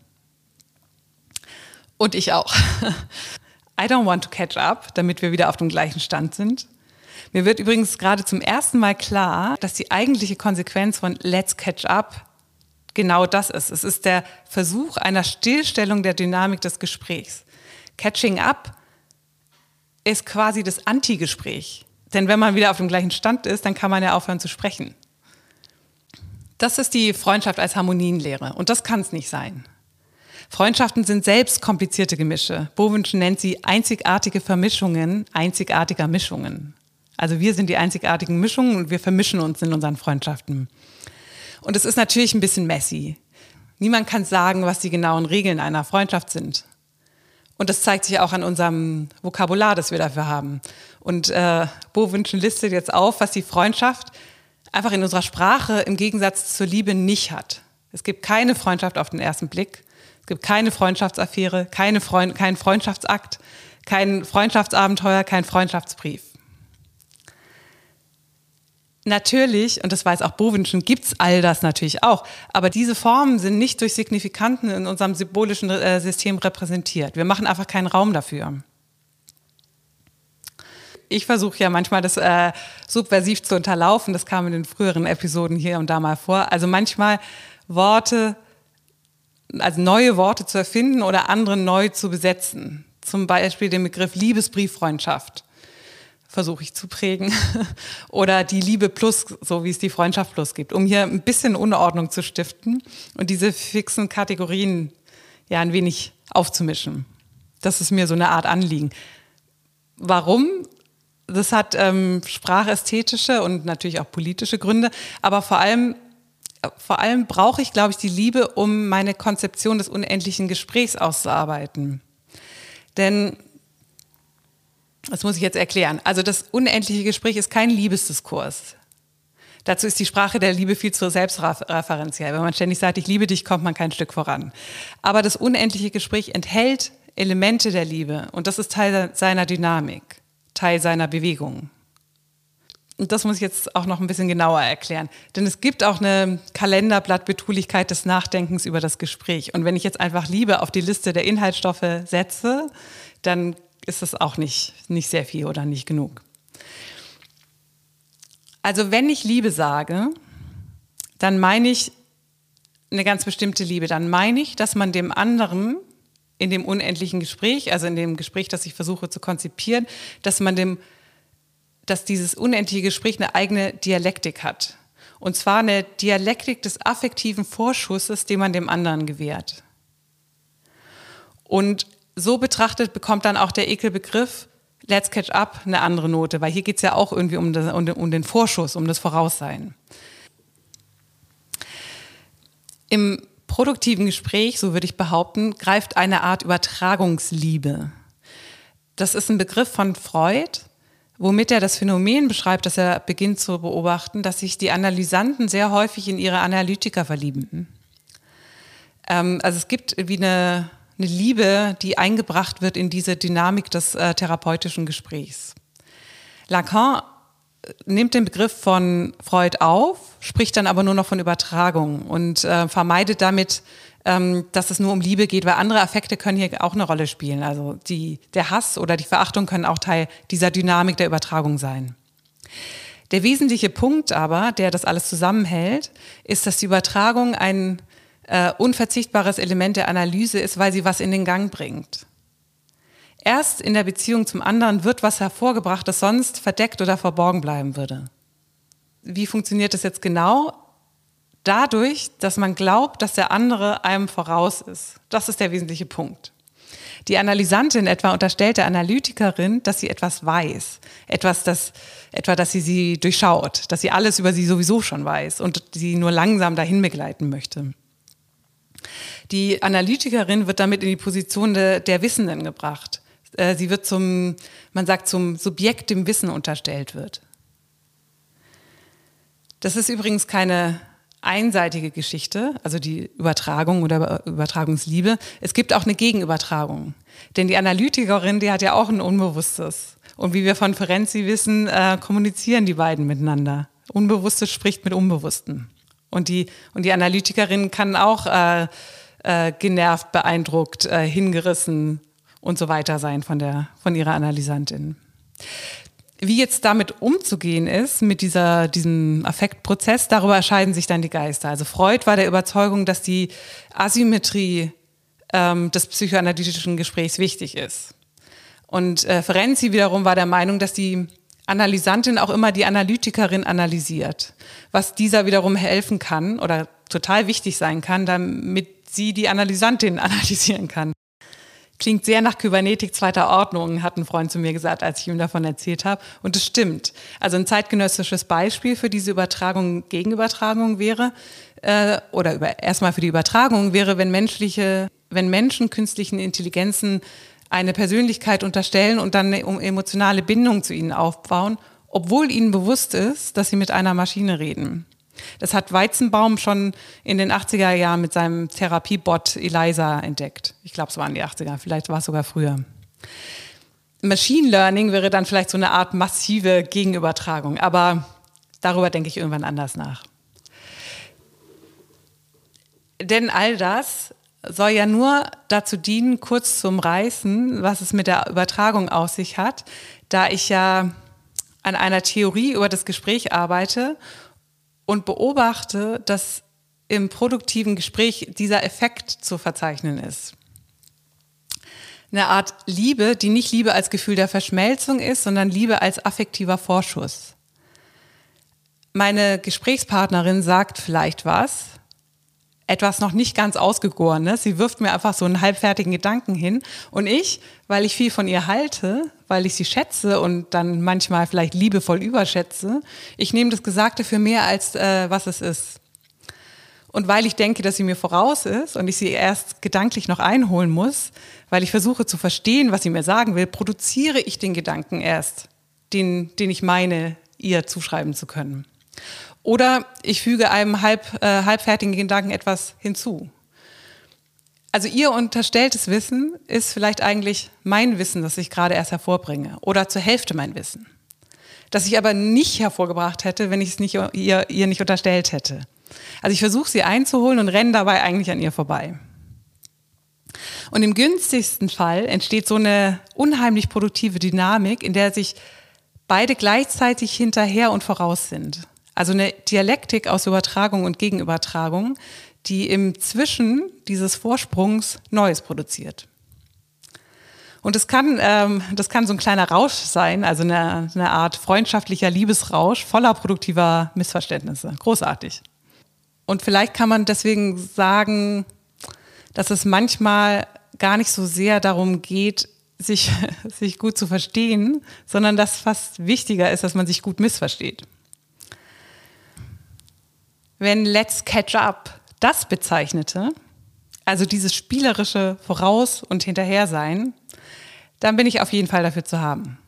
Und ich auch. I don't want to catch up, damit wir wieder auf dem gleichen Stand sind. Mir wird übrigens gerade zum ersten Mal klar, dass die eigentliche Konsequenz von Let's catch up genau das ist. Es ist der Versuch einer Stillstellung der Dynamik des Gesprächs. Catching up ist quasi das Anti-Gespräch. Denn wenn man wieder auf dem gleichen Stand ist, dann kann man ja aufhören zu sprechen. Das ist die Freundschaft als Harmonienlehre. Und das kann es nicht sein. Freundschaften sind selbst komplizierte Gemische. Bovenschen nennt sie einzigartige Vermischungen einzigartiger Mischungen. Also wir sind die einzigartigen Mischungen und wir vermischen uns in unseren Freundschaften. Und es ist natürlich ein bisschen messy. Niemand kann sagen, was die genauen Regeln einer Freundschaft sind. Und das zeigt sich auch an unserem Vokabular, das wir dafür haben. Und äh, Bovenschen listet jetzt auf, was die Freundschaft einfach in unserer Sprache im Gegensatz zur Liebe nicht hat. Es gibt keine Freundschaft auf den ersten Blick. Es gibt keine Freundschaftsaffäre, keine Freund, keinen Freundschaftsakt, kein Freundschaftsabenteuer, kein Freundschaftsbrief. Natürlich, und das weiß auch Bovenschen, gibt's all das natürlich auch, aber diese Formen sind nicht durch Signifikanten in unserem symbolischen äh, System repräsentiert. Wir machen einfach keinen Raum dafür. Ich versuche ja manchmal das äh, subversiv zu unterlaufen, das kam in den früheren Episoden hier und da mal vor. Also manchmal Worte, also neue Worte zu erfinden oder andere neu zu besetzen. Zum Beispiel den Begriff Liebesbrieffreundschaft versuche ich zu prägen. Oder die Liebe plus, so wie es die Freundschaft plus gibt, um hier ein bisschen Unordnung zu stiften und diese fixen Kategorien ja ein wenig aufzumischen. Das ist mir so eine Art Anliegen. Warum? Das hat ähm, sprachästhetische und natürlich auch politische Gründe, aber vor allem Vor allem brauche ich, glaube ich, die Liebe, um meine Konzeption des unendlichen Gesprächs auszuarbeiten. Denn, das muss ich jetzt erklären, also das unendliche Gespräch ist kein Liebesdiskurs. Dazu ist die Sprache der Liebe viel zu selbstreferenziell. Wenn man ständig sagt, ich liebe dich, kommt man kein Stück voran. Aber das unendliche Gespräch enthält Elemente der Liebe und das ist Teil seiner Dynamik, Teil seiner Bewegung. Und das muss ich jetzt auch noch ein bisschen genauer erklären. Denn es gibt auch eine Kalenderblattbetulichkeit des Nachdenkens über das Gespräch. Und wenn ich jetzt einfach Liebe auf die Liste der Inhaltsstoffe setze, dann ist das auch nicht, nicht sehr viel oder nicht genug. Also wenn ich Liebe sage, dann meine ich eine ganz bestimmte Liebe. Dann meine ich, dass man dem anderen in dem unendlichen Gespräch, also in dem Gespräch, das ich versuche zu konzipieren, dass man dem dass dieses unendliche Gespräch eine eigene Dialektik hat. Und zwar eine Dialektik des affektiven Vorschusses, den man dem anderen gewährt. Und so betrachtet bekommt dann auch der Ekelbegriff Let's Catch Up eine andere Note, weil hier geht es ja auch irgendwie um, das, um den Vorschuss, um das Voraussein. Im produktiven Gespräch, so würde ich behaupten, greift eine Art Übertragungsliebe. Das ist ein Begriff von Freud, womit er das Phänomen beschreibt, das er beginnt zu beobachten, dass sich die Analysanten sehr häufig in ihre Analytiker verlieben. Ähm, also es gibt wie eine, eine Liebe, die eingebracht wird in diese Dynamik des äh, therapeutischen Gesprächs. Lacan nimmt den Begriff von Freud auf, spricht dann aber nur noch von Übertragung und äh, vermeidet damit, ähm, dass es nur um Liebe geht, weil andere Affekte können hier auch eine Rolle spielen. Also die, der Hass oder die Verachtung können auch Teil dieser Dynamik der Übertragung sein. Der wesentliche Punkt aber, der das alles zusammenhält, ist, dass die Übertragung ein äh, unverzichtbares Element der Analyse ist, weil sie was in den Gang bringt. Erst in der Beziehung zum anderen wird was hervorgebracht, das sonst verdeckt oder verborgen bleiben würde. Wie funktioniert das jetzt genau? Dadurch, dass man glaubt, dass der andere einem voraus ist. Das ist der wesentliche Punkt. Die Analysantin etwa unterstellt der Analytikerin, dass sie etwas weiß. Etwas, das, etwa, dass sie sie durchschaut, dass sie alles über sie sowieso schon weiß und sie nur langsam dahin begleiten möchte. Die Analytikerin wird damit in die Position de, der Wissenden gebracht. Sie wird zum, man sagt, zum Subjekt dem Wissen unterstellt wird. Das ist übrigens keine einseitige Geschichte, also die Übertragung oder Übertragungsliebe. Es gibt auch eine Gegenübertragung. Denn die Analytikerin, die hat ja auch ein Unbewusstes. Und wie wir von Ferenczi wissen, äh, kommunizieren die beiden miteinander. Unbewusstes spricht mit Unbewussten. Und die, und die Analytikerin kann auch äh, äh, genervt, beeindruckt, äh, hingerissen und so weiter sein von der, von ihrer Analysantin. Wie jetzt damit umzugehen ist, mit dieser, diesem Affektprozess, darüber scheiden sich dann die Geister. Also Freud war der Überzeugung, dass die Asymmetrie ähm, des psychoanalytischen Gesprächs wichtig ist. Und äh, Ferenczi wiederum war der Meinung, dass die Analysantin auch immer die Analytikerin analysiert, was dieser wiederum helfen kann oder total wichtig sein kann, damit sie die Analysantin analysieren kann. Klingt sehr nach Kybernetik zweiter Ordnung, hat ein Freund zu mir gesagt, als ich ihm davon erzählt habe. Und es stimmt. Also ein zeitgenössisches Beispiel für diese Übertragung, Gegenübertragung wäre, äh, oder über, erstmal für die Übertragung wäre, wenn menschliche, wenn Menschen künstlichen Intelligenzen eine Persönlichkeit unterstellen und dann eine emotionale Bindung zu ihnen aufbauen, obwohl ihnen bewusst ist, dass sie mit einer Maschine reden. Das hat Weizenbaum schon in den achtziger Jahren mit seinem Therapiebot Eliza entdeckt. Ich glaube, es waren die achtziger, vielleicht war es sogar früher. Machine Learning wäre dann vielleicht so eine Art massive Gegenübertragung, aber darüber denke ich irgendwann anders nach. Denn all das soll ja nur dazu dienen, kurz zu umreißen, was es mit der Übertragung auf sich hat, da ich ja an einer Theorie über das Gespräch arbeite und beobachte, dass im produktiven Gespräch dieser Effekt zu verzeichnen ist. Eine Art Liebe, die nicht Liebe als Gefühl der Verschmelzung ist, sondern Liebe als affektiver Vorschuss. Meine Gesprächspartnerin sagt vielleicht was, etwas noch nicht ganz Ausgegorenes. Sie wirft mir einfach so einen halbfertigen Gedanken hin. Und ich, weil ich viel von ihr halte, weil ich sie schätze und dann manchmal vielleicht liebevoll überschätze, ich nehme das Gesagte für mehr als äh, was es ist. Und weil ich denke, dass sie mir voraus ist und ich sie erst gedanklich noch einholen muss, weil ich versuche zu verstehen, was sie mir sagen will, produziere ich den Gedanken erst, den, den ich meine, ihr zuschreiben zu können. Oder ich füge einem halb, äh, halbfertigen Gedanken etwas hinzu. Also ihr unterstelltes Wissen ist vielleicht eigentlich mein Wissen, das ich gerade erst hervorbringe. Oder zur Hälfte mein Wissen. Das ich aber nicht hervorgebracht hätte, wenn ich es nicht, ihr, ihr nicht unterstellt hätte. Also ich versuche sie einzuholen und renne dabei eigentlich an ihr vorbei. Und im günstigsten Fall entsteht so eine unheimlich produktive Dynamik, in der sich beide gleichzeitig hinterher und voraus sind. Also eine Dialektik aus Übertragung und Gegenübertragung, die im Zwischen dieses Vorsprungs Neues produziert. Und es kann, ähm, das kann so ein kleiner Rausch sein, also eine, eine Art freundschaftlicher Liebesrausch voller produktiver Missverständnisse. Großartig. Und vielleicht kann man deswegen sagen, dass es manchmal gar nicht so sehr darum geht, sich, sich gut zu verstehen, sondern dass fast wichtiger ist, dass man sich gut missversteht. Wenn Let's Catch Up das bezeichnete, also dieses spielerische Voraus- und Hinterhersein, dann bin ich auf jeden Fall dafür zu haben.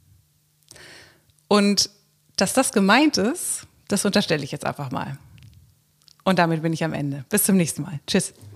Und dass das gemeint ist, das unterstelle ich jetzt einfach mal. Und damit bin ich am Ende. Bis zum nächsten Mal. Tschüss.